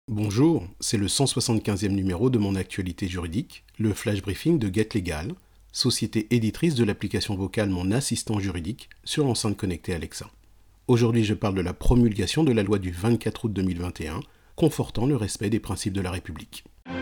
Bonjour, c'est le 175e numéro de mon actualité juridique, le flash briefing de Get Legal, société éditrice de l'application vocale Mon assistant juridique sur l'enceinte connectée Alexa. Aujourd'hui, je parle de la promulgation de la loi du 24 août 2021, confortant le respect des principes de la République.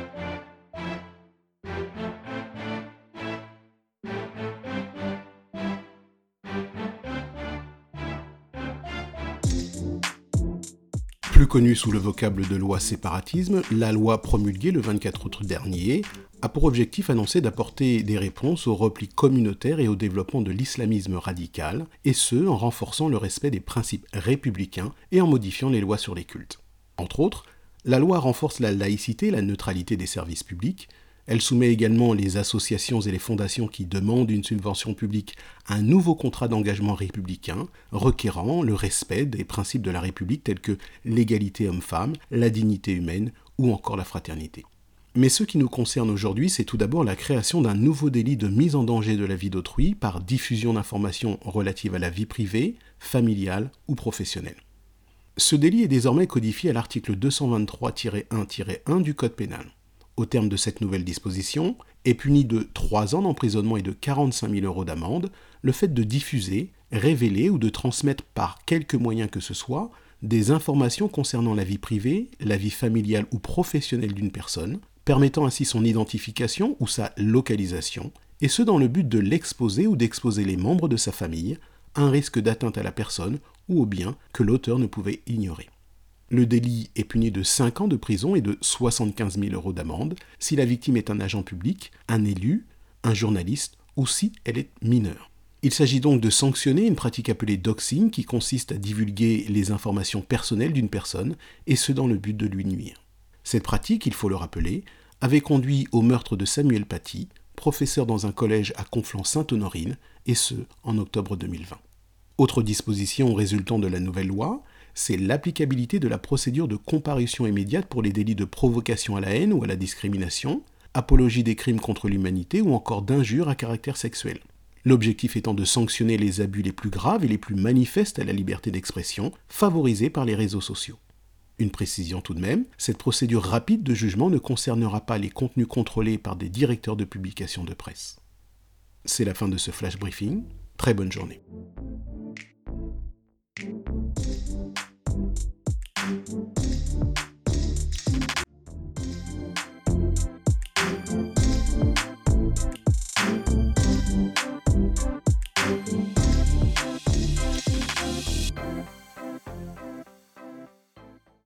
Plus connue sous le vocable de loi séparatisme, la loi promulguée le 24 août dernier a pour objectif annoncé d'apporter des réponses au repli communautaire et au développement de l'islamisme radical, et ce, en renforçant le respect des principes républicains et en modifiant les lois sur les cultes. Entre autres, la loi renforce la laïcité et la neutralité des services publics. Elle soumet également les associations et les fondations qui demandent une subvention publique à un nouveau contrat d'engagement républicain, requérant le respect des principes de la République tels que l'égalité homme-femme, la dignité humaine ou encore la fraternité. Mais ce qui nous concerne aujourd'hui, c'est tout d'abord la création d'un nouveau délit de mise en danger de la vie d'autrui par diffusion d'informations relatives à la vie privée, familiale ou professionnelle. Ce délit est désormais codifié à l'article 223-1-1 du Code pénal. Au terme de cette nouvelle disposition, est puni de 3 ans d'emprisonnement et de 45 000 € d'amende le fait de diffuser, révéler ou de transmettre par quelque moyen que ce soit des informations concernant la vie privée, la vie familiale ou professionnelle d'une personne, permettant ainsi son identification ou sa localisation, et ce dans le but de l'exposer ou d'exposer les membres de sa famille à un risque d'atteinte à la personne ou au bien que l'auteur ne pouvait ignorer. Le délit est puni de 5 ans de prison et de 75 000 € d'amende si la victime est un agent public, un élu, un journaliste ou si elle est mineure. Il s'agit donc de sanctionner une pratique appelée doxing qui consiste à divulguer les informations personnelles d'une personne et ce dans le but de lui nuire. Cette pratique, il faut le rappeler, avait conduit au meurtre de Samuel Paty, professeur dans un collège à Conflans-Sainte-Honorine, et ce en octobre 2020. Autre disposition résultant de la nouvelle loi, c'est l'applicabilité de la procédure de comparution immédiate pour les délits de provocation à la haine ou à la discrimination, apologie des crimes contre l'humanité ou encore d'injures à caractère sexuel. L'objectif étant de sanctionner les abus les plus graves et les plus manifestes à la liberté d'expression, favorisés par les réseaux sociaux. Une précision tout de même, cette procédure rapide de jugement ne concernera pas les contenus contrôlés par des directeurs de publication de presse. C'est la fin de ce flash briefing. Très bonne journée.